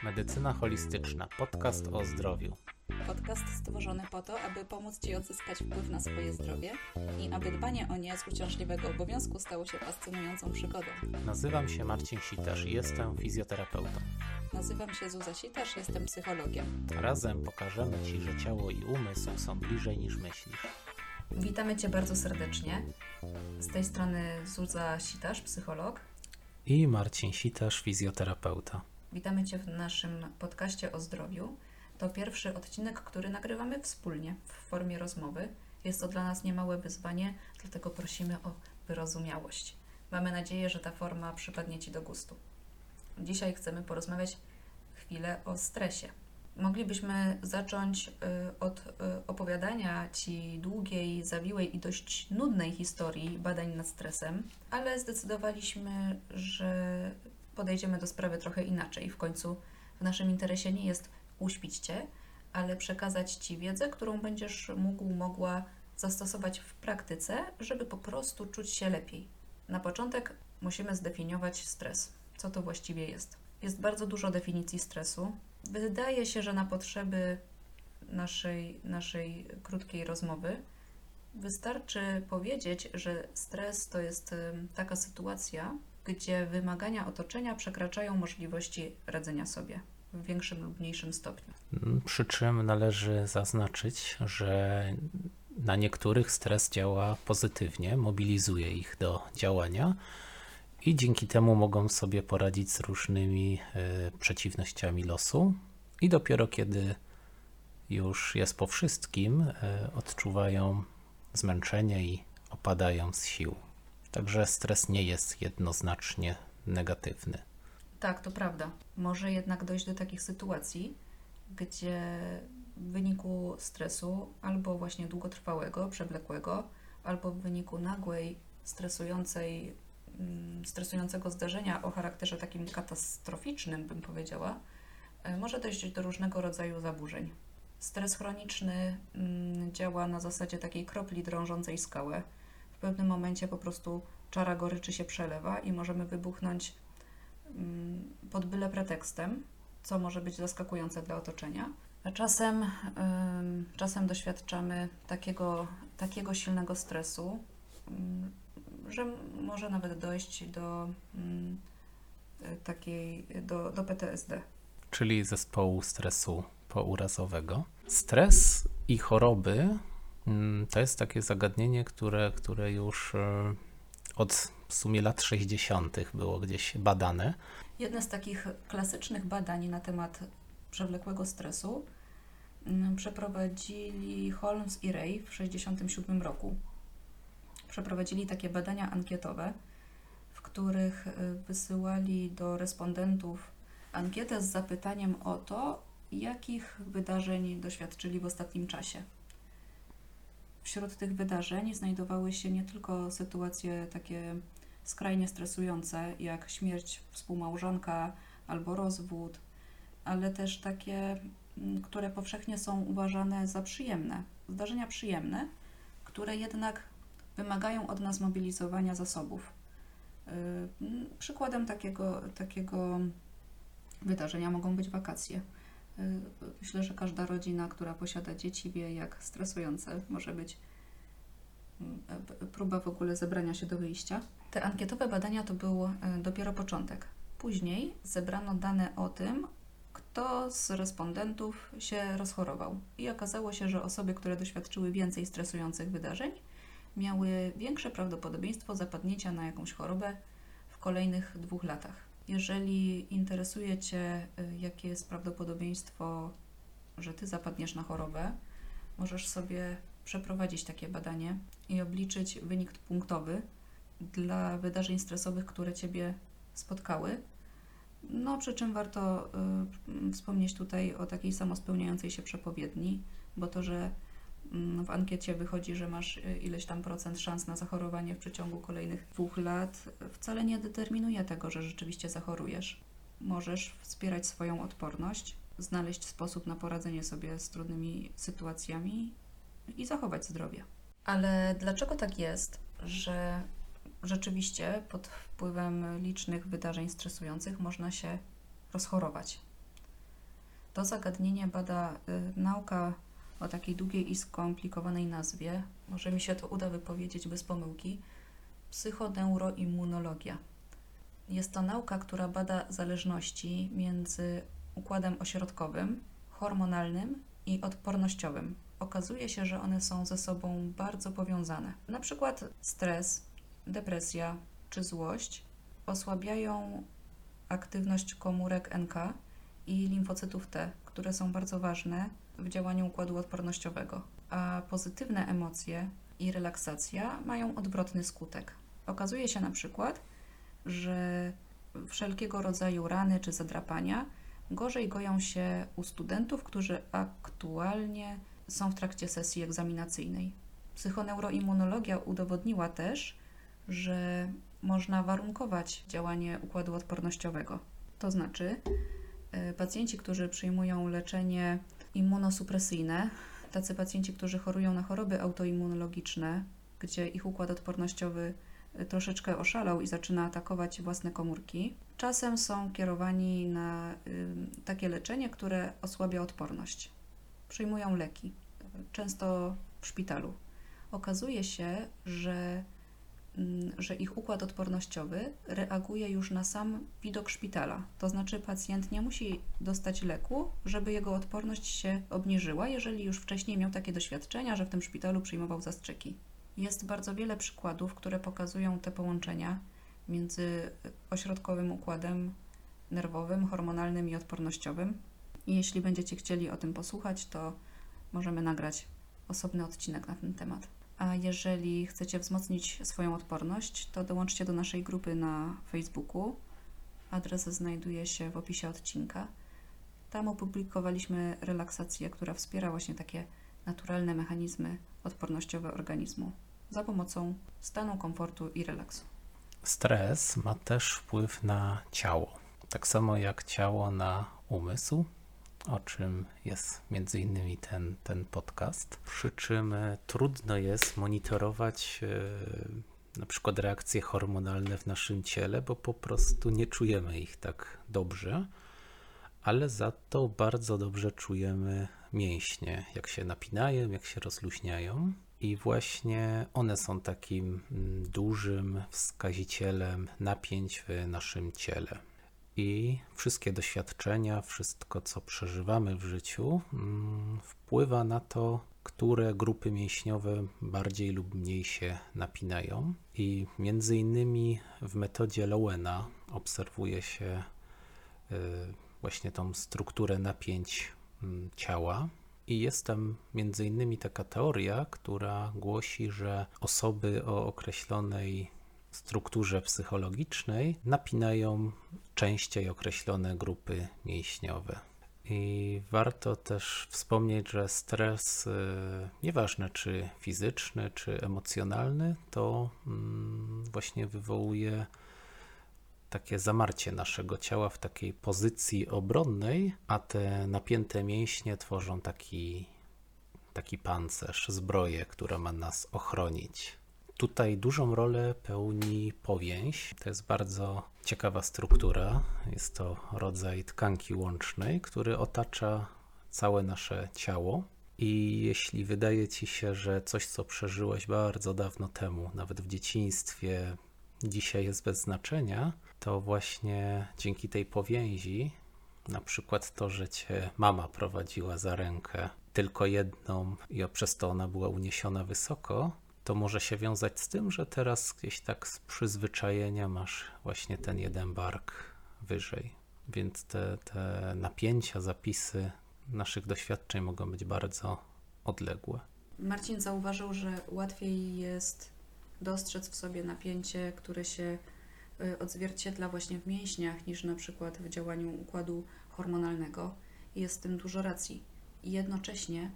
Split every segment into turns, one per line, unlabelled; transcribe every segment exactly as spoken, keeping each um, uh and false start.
Medycyna holistyczna, podcast o zdrowiu.
Podcast stworzony po to, aby pomóc Ci odzyskać wpływ na swoje zdrowie i aby dbanie o nie z uciążliwego obowiązku stało się fascynującą przygodą.
Nazywam się Marcin Sitasz i jestem fizjoterapeutą.
Nazywam się Zuza Sitasz, jestem psychologiem.
Razem pokażemy Ci, że ciało i umysł są bliżej niż myślisz.
Witamy Cię bardzo serdecznie. Z tej strony Zuza Sitasz, psycholog.
I Marcin Sitasz, fizjoterapeuta.
Witamy Cię w naszym podcaście o zdrowiu. To pierwszy odcinek, który nagrywamy wspólnie w formie rozmowy. Jest to dla nas niemałe wyzwanie, dlatego prosimy o wyrozumiałość. Mamy nadzieję, że ta forma przypadnie Ci do gustu. Dzisiaj chcemy porozmawiać chwilę o stresie. Moglibyśmy zacząć od opowiadania Ci długiej, zawiłej i dość nudnej historii badań nad stresem, ale zdecydowaliśmy, że podejdziemy do sprawy trochę inaczej. W końcu w naszym interesie nie jest uśpić Cię, ale przekazać Ci wiedzę, którą będziesz mógł, mogła zastosować w praktyce, żeby po prostu czuć się lepiej. Na początek musimy zdefiniować stres. Co to właściwie jest? Jest bardzo dużo definicji stresu. Wydaje się, że na potrzeby naszej, naszej krótkiej rozmowy wystarczy powiedzieć, że stres to jest taka sytuacja, gdzie wymagania otoczenia przekraczają możliwości radzenia sobie w większym lub mniejszym stopniu.
Przy czym należy zaznaczyć, że na niektórych stres działa pozytywnie, mobilizuje ich do działania i dzięki temu mogą sobie poradzić z różnymi y, przeciwnościami losu i dopiero kiedy już jest po wszystkim, y, odczuwają zmęczenie i opadają z sił. Także stres nie jest jednoznacznie negatywny.
Tak, to prawda. Może jednak dojść do takich sytuacji, gdzie w wyniku stresu albo właśnie długotrwałego, przewlekłego, albo w wyniku nagłej, stresującej, stresującego zdarzenia o charakterze takim katastroficznym, bym powiedziała, może dojść do różnego rodzaju zaburzeń. Stres chroniczny działa na zasadzie takiej kropli drążącej skałę. W pewnym momencie po prostu czara goryczy się przelewa i możemy wybuchnąć pod byle pretekstem, co może być zaskakujące dla otoczenia. A czasem, czasem doświadczamy takiego, takiego silnego stresu, że może nawet dojść do takiej, do, do P T S D.
Czyli zespołu stresu pourazowego. Stres i choroby to jest takie zagadnienie, które, które już od w sumie lat sześćdziesiątych było gdzieś badane.
Jedne z takich klasycznych badań na temat przewlekłego stresu przeprowadzili Holmes i Ray w tysiąc dziewięćset sześćdziesiątym siódmym roku. Przeprowadzili takie badania ankietowe, w których wysyłali do respondentów ankietę z zapytaniem o to, jakich wydarzeń doświadczyli w ostatnim czasie. Wśród tych wydarzeń znajdowały się nie tylko sytuacje takie skrajnie stresujące, jak śmierć współmałżonka albo rozwód, ale też takie, które powszechnie są uważane za przyjemne. Zdarzenia przyjemne, które jednak wymagają od nas mobilizowania zasobów. Przykładem takiego, takiego wydarzenia mogą być wakacje. Myślę, że każda rodzina, która posiada dzieci, wie, jak stresujące może być próba w ogóle zebrania się do wyjścia. Te ankietowe badania to był dopiero początek. Później zebrano dane o tym, kto z respondentów się rozchorował. I okazało się, że osoby, które doświadczyły więcej stresujących wydarzeń, miały większe prawdopodobieństwo zapadnięcia na jakąś chorobę w kolejnych dwóch latach. Jeżeli interesuje Cię, jakie jest prawdopodobieństwo, że Ty zapadniesz na chorobę, możesz sobie przeprowadzić takie badanie i obliczyć wynik punktowy dla wydarzeń stresowych, które Ciebie spotkały. No, przy czym warto y, wspomnieć tutaj o takiej samospełniającej się przepowiedni, bo to, że y, w ankiecie wychodzi, że masz ileś tam procent szans na zachorowanie w przeciągu kolejnych dwóch lat, wcale nie determinuje tego, że rzeczywiście zachorujesz. Możesz wspierać swoją odporność, znaleźć sposób na poradzenie sobie z trudnymi sytuacjami i zachować zdrowie. Ale dlaczego tak jest, że rzeczywiście pod wpływem licznych wydarzeń stresujących można się rozchorować? To zagadnienie bada y, nauka o takiej długiej i skomplikowanej nazwie, może mi się to uda wypowiedzieć bez pomyłki, psychoneuroimmunologia. Jest to nauka, która bada zależności między układem ośrodkowym, hormonalnym i odpornościowym. Okazuje się, że one są ze sobą bardzo powiązane. Na przykład stres, depresja czy złość osłabiają aktywność komórek N K i limfocytów T, które są bardzo ważne w działaniu układu odpornościowego, a pozytywne emocje i relaksacja mają odwrotny skutek. Okazuje się na przykład, że wszelkiego rodzaju rany czy zadrapania gorzej goją się u studentów, którzy aktualnie są w trakcie sesji egzaminacyjnej. Psychoneuroimmunologia udowodniła też, że można warunkować działanie układu odpornościowego. To znaczy, pacjenci, którzy przyjmują leczenie immunosupresyjne, tacy pacjenci, którzy chorują na choroby autoimmunologiczne, gdzie ich układ odpornościowy troszeczkę oszalał i zaczyna atakować własne komórki, czasem są kierowani na y, takie leczenie, które osłabia odporność. Przyjmują leki, często w szpitalu. Okazuje się, że, y, że ich układ odpornościowy reaguje już na sam widok szpitala. To znaczy pacjent nie musi dostać leku, żeby jego odporność się obniżyła, jeżeli już wcześniej miał takie doświadczenia, że w tym szpitalu przyjmował zastrzyki. Jest bardzo wiele przykładów, które pokazują te połączenia między ośrodkowym układem nerwowym, hormonalnym i odpornościowym. I jeśli będziecie chcieli o tym posłuchać, to możemy nagrać osobny odcinek na ten temat. A jeżeli chcecie wzmocnić swoją odporność, to dołączcie do naszej grupy na Facebooku. Adres znajduje się w opisie odcinka. Tam opublikowaliśmy relaksację, która wspiera właśnie takie naturalne mechanizmy odpornościowe organizmu za pomocą stanu komfortu i relaksu.
Stres ma też wpływ na ciało, tak samo jak ciało na umysł, o czym jest między innymi ten, ten podcast. Przy czym trudno jest monitorować e, na przykład reakcje hormonalne w naszym ciele, bo po prostu nie czujemy ich tak dobrze, ale za to bardzo dobrze czujemy mięśnie, jak się napinają, jak się rozluźniają. I właśnie one są takim dużym wskazicielem napięć w naszym ciele. I wszystkie doświadczenia, wszystko co przeżywamy w życiu, wpływa na to, które grupy mięśniowe bardziej lub mniej się napinają. I między innymi w metodzie Lowena obserwuje się właśnie tą strukturę napięć ciała. I jest tam między innymi taka teoria, która głosi, że osoby o określonej strukturze psychologicznej napinają częściej określone grupy mięśniowe. I warto też wspomnieć, że stres, nieważne czy fizyczny, czy emocjonalny, to właśnie wywołuje takie zamarcie naszego ciała w takiej pozycji obronnej, a te napięte mięśnie tworzą taki, taki pancerz, zbroję, która ma nas ochronić. Tutaj dużą rolę pełni powięź. To jest bardzo ciekawa struktura. Jest to rodzaj tkanki łącznej, który otacza całe nasze ciało. I jeśli wydaje ci się, że coś, co przeżyłeś bardzo dawno temu, nawet w dzieciństwie, dzisiaj jest bez znaczenia, to właśnie dzięki tej powięzi, na przykład to, że cię mama prowadziła za rękę, tylko jedną i przez to ona była uniesiona wysoko, to może się wiązać z tym, że teraz gdzieś tak z przyzwyczajenia masz właśnie ten jeden bark wyżej. Więc te, te napięcia, zapisy naszych doświadczeń mogą być bardzo odległe.
Marcin zauważył, że łatwiej jest dostrzec w sobie napięcie, które się odzwierciedla właśnie w mięśniach, niż na przykład w działaniu układu hormonalnego. Jest w tym dużo racji. I jednocześnie,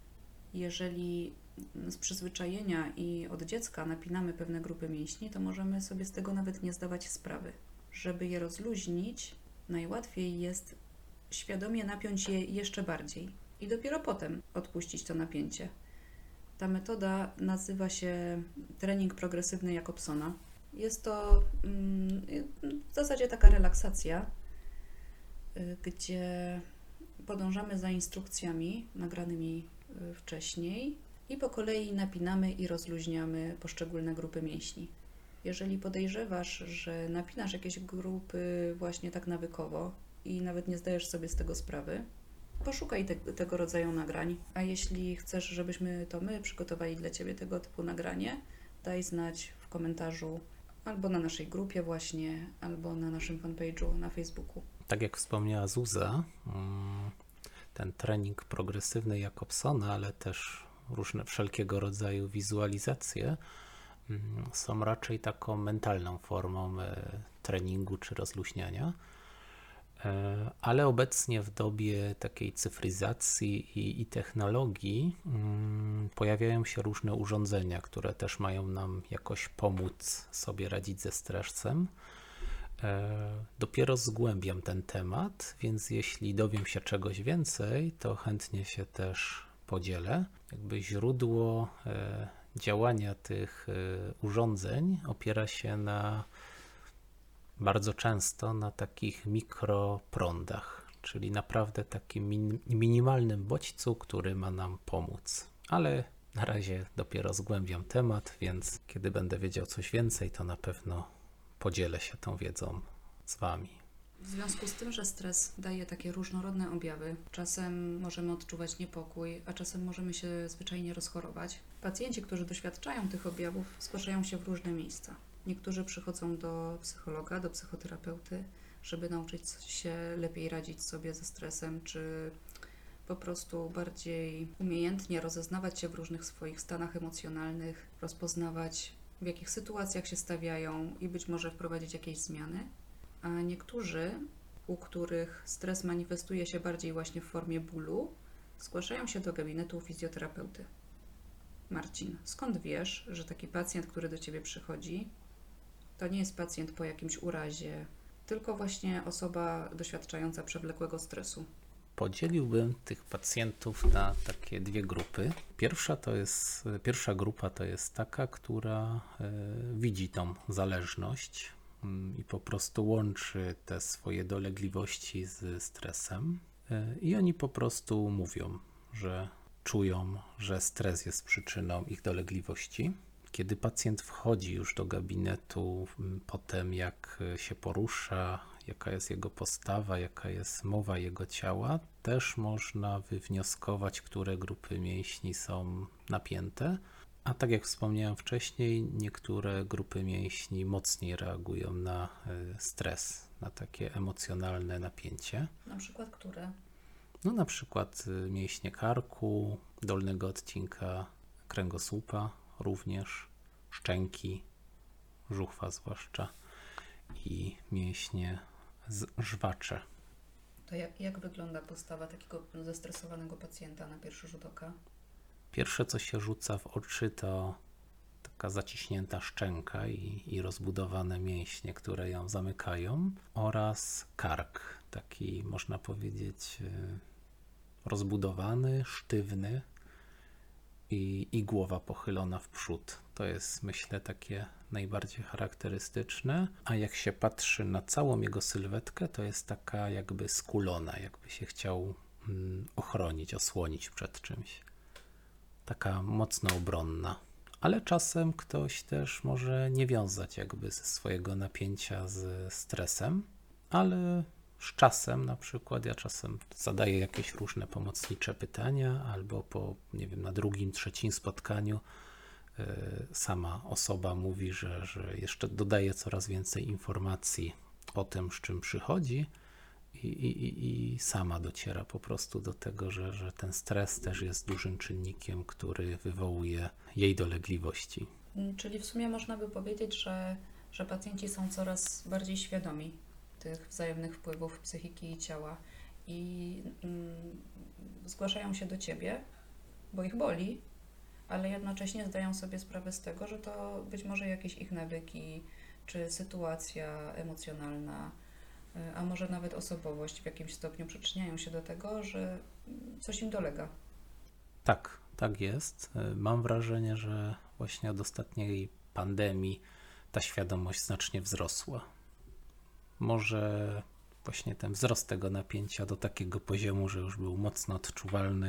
jeżeli z przyzwyczajenia i od dziecka napinamy pewne grupy mięśni, to możemy sobie z tego nawet nie zdawać sprawy. Żeby je rozluźnić, najłatwiej jest świadomie napiąć je jeszcze bardziej i dopiero potem odpuścić to napięcie. Ta metoda nazywa się trening progresywny Jacobsona. Jest to w zasadzie taka relaksacja, gdzie Podążamy za instrukcjami nagranymi y, wcześniej i po kolei napinamy i rozluźniamy poszczególne grupy mięśni. Jeżeli podejrzewasz, że napinasz jakieś grupy właśnie tak nawykowo i nawet nie zdajesz sobie z tego sprawy, poszukaj te, tego rodzaju nagrań, a jeśli chcesz, żebyśmy to my przygotowali dla Ciebie tego typu nagranie, daj znać w komentarzu albo na naszej grupie właśnie, albo na naszym fanpage'u na Facebooku.
Tak jak wspomniała Zuza, ten trening progresywny Jacobsona, ale też różne wszelkiego rodzaju wizualizacje są raczej taką mentalną formą treningu czy rozluźniania. Ale obecnie w dobie takiej cyfryzacji i, i technologii um, pojawiają się różne urządzenia, które też mają nam jakoś pomóc sobie radzić ze stresem. E, dopiero zgłębiam ten temat, więc jeśli dowiem się czegoś więcej, to chętnie się też podzielę. Jakby źródło e, działania tych e, urządzeń opiera się na bardzo często na takich mikroprądach, czyli naprawdę takim min- minimalnym bodźcu, który ma nam pomóc. Ale na razie dopiero zgłębiam temat, więc kiedy będę wiedział coś więcej, to na pewno podzielę się tą wiedzą z Wami.
W związku z tym, że stres daje takie różnorodne objawy, czasem możemy odczuwać niepokój, a czasem możemy się zwyczajnie rozchorować. Pacjenci, którzy doświadczają tych objawów, zgłaszają się w różne miejsca. Niektórzy przychodzą do psychologa, do psychoterapeuty, żeby nauczyć się lepiej radzić sobie ze stresem, czy po prostu bardziej umiejętnie rozeznawać się w różnych swoich stanach emocjonalnych, rozpoznawać, w jakich sytuacjach się stawiają i być może wprowadzić jakieś zmiany. A niektórzy, u których stres manifestuje się bardziej właśnie w formie bólu, zgłaszają się do gabinetu fizjoterapeuty. Marcin, skąd wiesz, że taki pacjent, który do Ciebie przychodzi, to nie jest pacjent po jakimś urazie, tylko właśnie osoba doświadczająca przewlekłego stresu?
Podzieliłbym tych pacjentów na takie dwie grupy. Pierwsza to jest, pierwsza grupa to jest taka, która y, widzi tą zależność y, i po prostu łączy te swoje dolegliwości z stresem y, i oni po prostu mówią, że czują, że stres jest przyczyną ich dolegliwości. Kiedy pacjent wchodzi już do gabinetu, potem jak się porusza, jaka jest jego postawa, jaka jest mowa jego ciała, też można wywnioskować, które grupy mięśni są napięte. A tak jak wspomniałem wcześniej, niektóre grupy mięśni mocniej reagują na stres, na takie emocjonalne napięcie.
Na przykład które?
No na przykład mięśnie karku, dolnego odcinka kręgosłupa, również szczęki, żuchwa zwłaszcza i mięśnie żwacze.
To jak, jak wygląda postawa takiego zestresowanego pacjenta na pierwszy rzut oka?
Pierwsze, co się rzuca w oczy, to taka zaciśnięta szczęka i, i rozbudowane mięśnie, które ją zamykają, oraz kark, taki można powiedzieć rozbudowany, sztywny, I, i głowa pochylona w przód. To jest, myślę, takie najbardziej charakterystyczne, a jak się patrzy na całą jego sylwetkę, to jest taka jakby skulona, jakby się chciał mm, ochronić, osłonić przed czymś. Taka mocno obronna. Ale czasem ktoś też może nie wiązać jakby ze swojego napięcia z stresem, ale z czasem, na przykład ja czasem zadaję jakieś różne pomocnicze pytania, albo po, nie wiem, na drugim, trzecim spotkaniu y, sama osoba mówi, że, że jeszcze dodaje coraz więcej informacji o tym, z czym przychodzi i, i, i sama dociera po prostu do tego, że, że ten stres też jest dużym czynnikiem, który wywołuje jej dolegliwości.
Czyli w sumie można by powiedzieć, że, że pacjenci są coraz bardziej świadomi tych wzajemnych wpływów psychiki i ciała i mm, zgłaszają się do Ciebie, bo ich boli, ale jednocześnie zdają sobie sprawę z tego, że to być może jakieś ich nawyki, czy sytuacja emocjonalna, a może nawet osobowość w jakimś stopniu przyczyniają się do tego, że coś im dolega.
Tak, tak jest. Mam wrażenie, że właśnie od ostatniej pandemii ta świadomość znacznie wzrosła. Może właśnie ten wzrost tego napięcia do takiego poziomu, że już był mocno odczuwalny,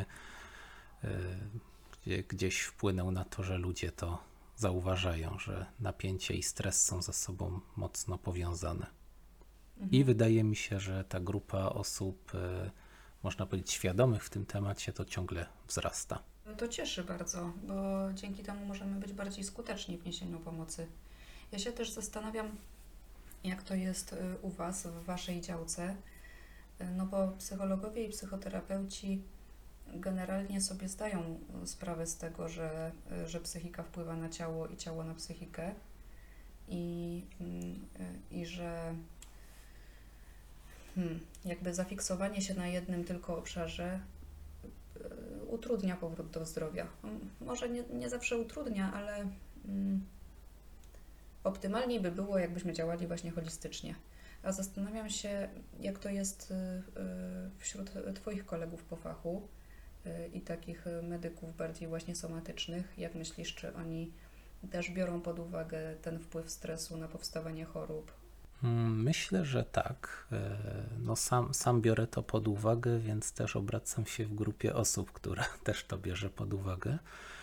gdzie gdzieś wpłynął na to, że ludzie to zauważają, że napięcie i stres są ze sobą mocno powiązane. Mhm. I wydaje mi się, że ta grupa osób, można powiedzieć, świadomych w tym temacie, to ciągle wzrasta.
To cieszy bardzo, bo dzięki temu możemy być bardziej skuteczni w niesieniu pomocy. Ja się też zastanawiam, jak to jest u Was, w Waszej działce, no bo psychologowie i psychoterapeuci generalnie sobie zdają sprawę z tego, że, że psychika wpływa na ciało i ciało na psychikę i, i że hmm, jakby zafiksowanie się na jednym tylko obszarze utrudnia powrót do zdrowia. Może nie, nie zawsze utrudnia, ale mm, optymalniej by było, jakbyśmy działali właśnie holistycznie. A zastanawiam się, jak to jest wśród Twoich kolegów po fachu i takich medyków bardziej właśnie somatycznych. Jak myślisz, czy oni też biorą pod uwagę ten wpływ stresu na powstawanie chorób?
Myślę, że tak. No sam, sam biorę to pod uwagę, więc też obracam się w grupie osób, która też to bierze pod uwagę.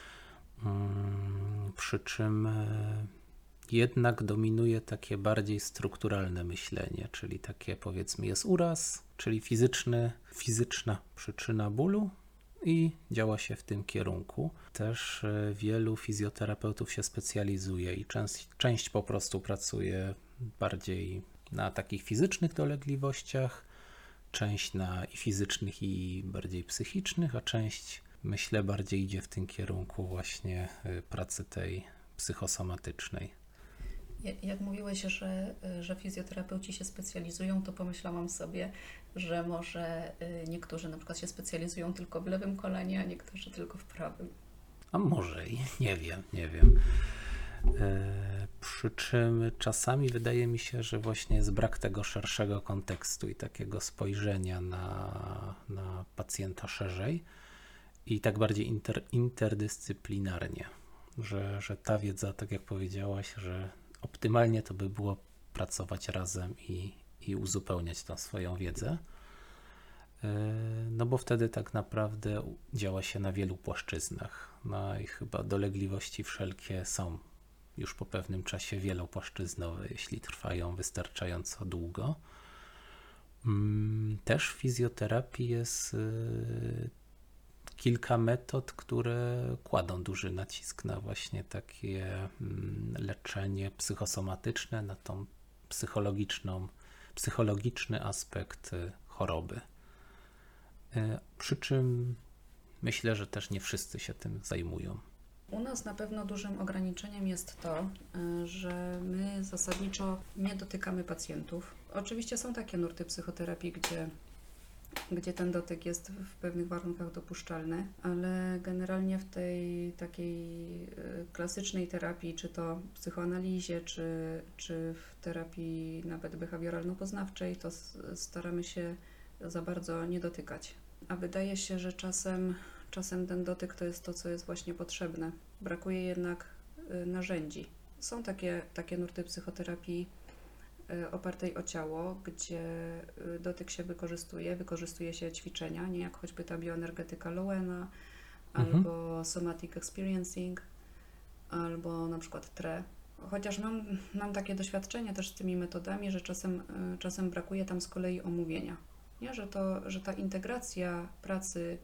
Przy czym jednak dominuje takie bardziej strukturalne myślenie, czyli takie, powiedzmy, jest uraz, czyli fizyczny, fizyczna przyczyna bólu i działa się w tym kierunku. Też wielu fizjoterapeutów się specjalizuje i część, część po prostu pracuje bardziej na takich fizycznych dolegliwościach, część na i fizycznych i bardziej psychicznych, a część, myślę, bardziej idzie w tym kierunku właśnie pracy tej psychosomatycznej.
Jak mówiłeś, że, że fizjoterapeuci się specjalizują, to pomyślałam sobie, że może niektórzy na przykład się specjalizują tylko w lewym kolanie, a niektórzy tylko w prawym.
A może i nie wiem, nie wiem. E, przy czym czasami wydaje mi się, że właśnie jest brak tego szerszego kontekstu i takiego spojrzenia na, na pacjenta szerzej i tak bardziej inter, interdyscyplinarnie, że, że ta wiedza, tak jak powiedziałaś, że optymalnie to by było pracować razem i, i uzupełniać tą swoją wiedzę, no bo wtedy tak naprawdę działa się na wielu płaszczyznach. No i chyba dolegliwości wszelkie są już po pewnym czasie wielopłaszczyznowe, jeśli trwają wystarczająco długo. Też w fizjoterapii jest kilka metod, które kładą duży nacisk na właśnie takie leczenie psychosomatyczne, na tą psychologiczną, psychologiczny aspekt choroby. Przy czym myślę, że też nie wszyscy się tym zajmują.
U nas na pewno dużym ograniczeniem jest to, że my zasadniczo nie dotykamy pacjentów. Oczywiście są takie nurty psychoterapii, gdzie gdzie ten dotyk jest w pewnych warunkach dopuszczalny, ale generalnie w tej takiej klasycznej terapii, czy to w psychoanalizie, czy, czy w terapii nawet behawioralno-poznawczej, to staramy się za bardzo nie dotykać. A wydaje się, że czasem, czasem ten dotyk to jest to, co jest właśnie potrzebne. Brakuje jednak narzędzi. Są takie, takie nurty psychoterapii opartej o ciało, gdzie dotyk się wykorzystuje, wykorzystuje się ćwiczenia, nie jak choćby ta bioenergetyka Lowena, mhm. albo somatic experiencing, albo na przykład T R E. Chociaż mam, mam takie doświadczenie też z tymi metodami, że czasem, czasem brakuje tam z kolei omówienia, nie? Że, to, że ta integracja pracy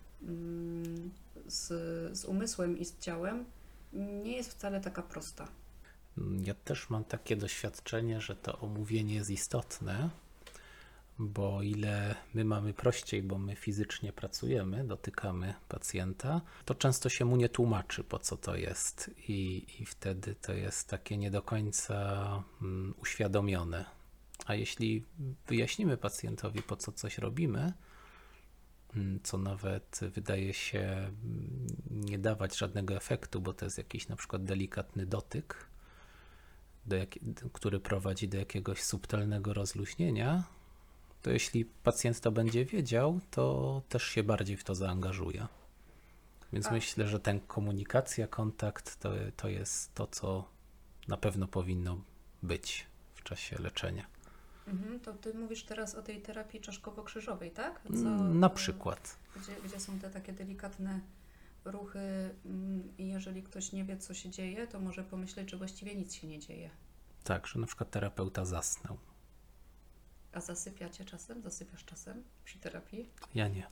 z, z umysłem i z ciałem nie jest wcale taka prosta.
Ja też mam takie doświadczenie, że to omówienie jest istotne, bo o ile my mamy prościej, bo my fizycznie pracujemy, dotykamy pacjenta, to często się mu nie tłumaczy, po co to jest i, i wtedy to jest takie nie do końca um, uświadomione. A jeśli wyjaśnimy pacjentowi, po co coś robimy, co nawet wydaje się nie dawać żadnego efektu, bo to jest jakiś na przykład delikatny dotyk, do jak, który prowadzi do jakiegoś subtelnego rozluźnienia, to jeśli pacjent to będzie wiedział, to też się bardziej w to zaangażuje. Więc A. myślę, że ten komunikacja, kontakt to, to jest to, co na pewno powinno być w czasie leczenia.
Mhm, to ty mówisz teraz o tej terapii czaszkowo-krzyżowej, tak? Co,
Mm, Na przykład.
Gdzie, gdzie są te takie delikatne ruchy mm, i jeżeli ktoś nie wie, co się dzieje, to może pomyśleć, że właściwie nic się nie dzieje.
Tak, że na przykład terapeuta zasnął.
A zasypiacie czasem? Zasypiasz czasem przy terapii?
Ja nie.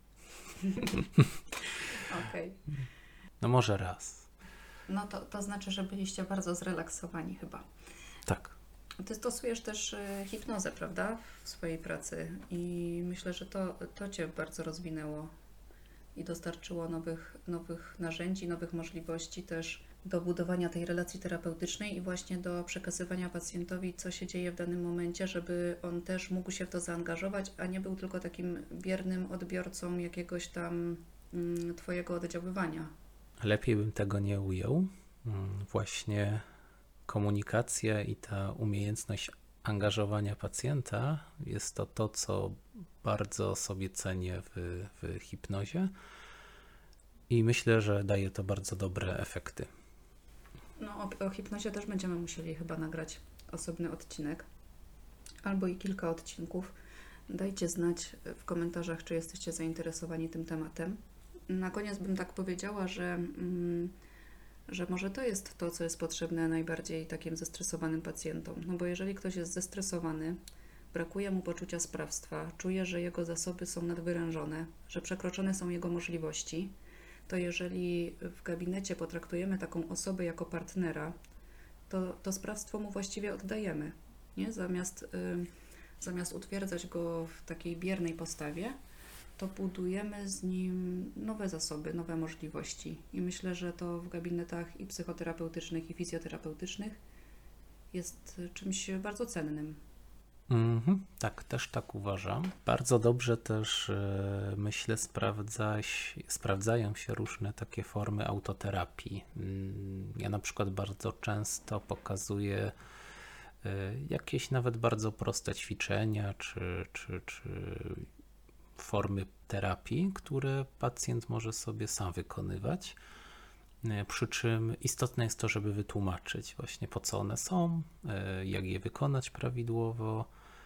Okej.
No może raz.
No to, to znaczy, że byliście bardzo zrelaksowani chyba.
Tak.
Ty stosujesz też y, hipnozę, prawda? W swojej pracy i myślę, że to, to Cię bardzo rozwinęło i dostarczyło nowych, nowych narzędzi, nowych możliwości też do budowania tej relacji terapeutycznej i właśnie do przekazywania pacjentowi, co się dzieje w danym momencie, żeby on też mógł się w to zaangażować, a nie był tylko takim biernym odbiorcą jakiegoś tam mm, Twojego oddziaływania.
Lepiej bym tego nie ujął. Mm, Właśnie komunikacja i ta umiejętność angażowania pacjenta jest to to, co bardzo sobie cenię w, w hipnozie i myślę, że daje to bardzo dobre efekty.
No, o, o hipnozie też będziemy musieli chyba nagrać osobny odcinek, albo i kilka odcinków. Dajcie znać w komentarzach, czy jesteście zainteresowani tym tematem. Na koniec bym tak powiedziała, że, mm, że może to jest to, co jest potrzebne najbardziej takim zestresowanym pacjentom. No bo jeżeli ktoś jest zestresowany, brakuje mu poczucia sprawstwa, czuje, że jego zasoby są nadwyrężone, że przekroczone są jego możliwości, to jeżeli w gabinecie potraktujemy taką osobę jako partnera, to, to sprawstwo mu właściwie oddajemy, nie? Zamiast, y, zamiast utwierdzać go w takiej biernej postawie, to budujemy z nim nowe zasoby, nowe możliwości. I myślę, że to w gabinetach i psychoterapeutycznych, i fizjoterapeutycznych jest czymś bardzo cennym.
Mhm, tak, też tak uważam. Bardzo dobrze też, e, myślę, sprawdza, się- sprawdzają się różne takie formy autoterapii. Mm, Ja na przykład bardzo często pokazuję e, jakieś nawet bardzo proste ćwiczenia czy, czy, czy formy terapii, które pacjent może sobie sam wykonywać. E, Przy czym istotne jest to, żeby wytłumaczyć właśnie po co one są, e, jak je wykonać prawidłowo.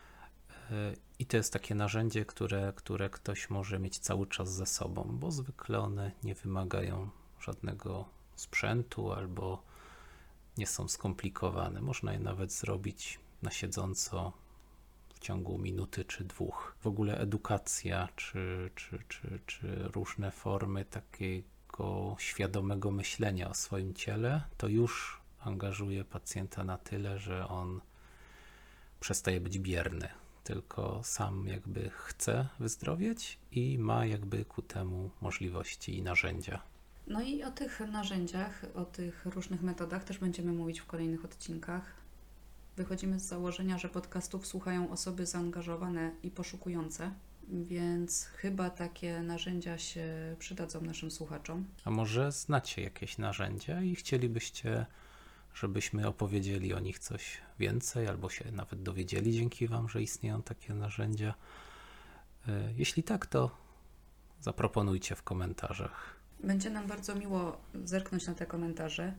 E, I to jest takie narzędzie, które, które ktoś może mieć cały czas ze sobą, bo zwykle one nie wymagają żadnego sprzętu albo nie są skomplikowane. Można je nawet zrobić na siedząco w ciągu minuty czy dwóch. W ogóle edukacja czy, czy, czy, czy różne formy takiego świadomego myślenia o swoim ciele, to już angażuje pacjenta na tyle, że on przestaje być bierny, tylko sam jakby chce wyzdrowieć i ma jakby ku temu możliwości i narzędzia.
No i o tych narzędziach, o tych różnych metodach też będziemy mówić w kolejnych odcinkach. Wychodzimy z założenia, że podcastów słuchają osoby zaangażowane i poszukujące, więc chyba takie narzędzia się przydadzą naszym słuchaczom.
A może znacie jakieś narzędzia i chcielibyście, żebyśmy opowiedzieli o nich coś więcej, albo się nawet dowiedzieli dzięki Wam, że istnieją takie narzędzia? E, Jeśli tak, to zaproponujcie w komentarzach.
Będzie nam bardzo miło zerknąć na te komentarze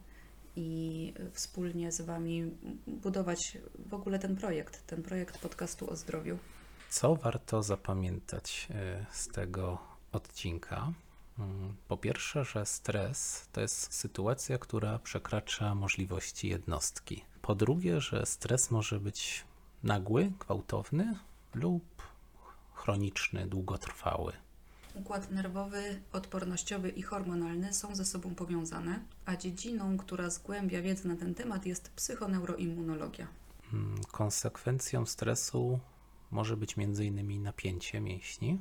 i wspólnie z Wami budować w ogóle ten projekt, ten projekt podcastu o zdrowiu.
Co warto zapamiętać e, z tego odcinka? Mm, Po pierwsze, że stres to jest sytuacja, która przekracza możliwości jednostki. Po drugie, że stres może być nagły, gwałtowny lub chroniczny, długotrwały.
Układ nerwowy, odpornościowy i hormonalny są ze sobą powiązane, a dziedziną, która zgłębia wiedzę na ten temat, jest psychoneuroimmunologia.
Mm, Konsekwencją stresu może być między innymi napięcie mięśni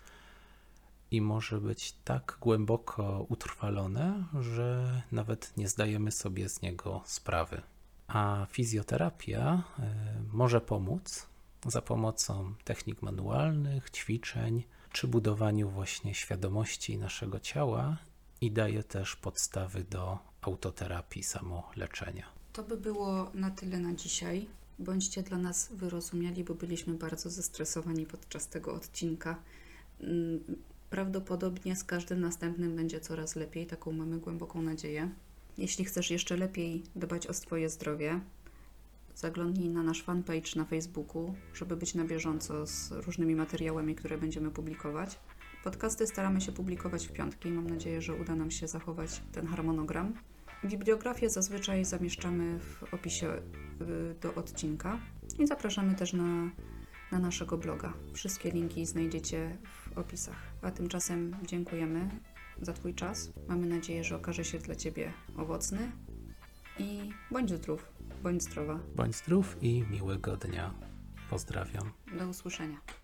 i może być tak głęboko utrwalone, że nawet nie zdajemy sobie z niego sprawy. A fizjoterapia y, może pomóc za pomocą technik manualnych, ćwiczeń czy budowaniu właśnie świadomości naszego ciała i daje też podstawy do autoterapii, samoleczenia.
To by było na tyle na dzisiaj. Bądźcie dla nas wyrozumiali, bo byliśmy bardzo zestresowani podczas tego odcinka. Mm, Prawdopodobnie z każdym następnym będzie coraz lepiej, taką mamy głęboką nadzieję. Jeśli chcesz jeszcze lepiej dbać o swoje zdrowie, zaglądnij na nasz fanpage na Facebooku, żeby być na bieżąco z różnymi materiałami, które będziemy publikować. Podcasty staramy się publikować w piątki. Mam nadzieję, że uda nam się zachować ten harmonogram. Bibliografię zazwyczaj zamieszczamy w opisie y, do odcinka i zapraszamy też na, na naszego bloga. Wszystkie linki znajdziecie w opisach. A tymczasem dziękujemy za Twój czas. Mamy nadzieję, że okaże się dla Ciebie owocny i bądź zdrów, bądź zdrowa.
Bądź zdrów i miłego dnia. Pozdrawiam.
Do usłyszenia.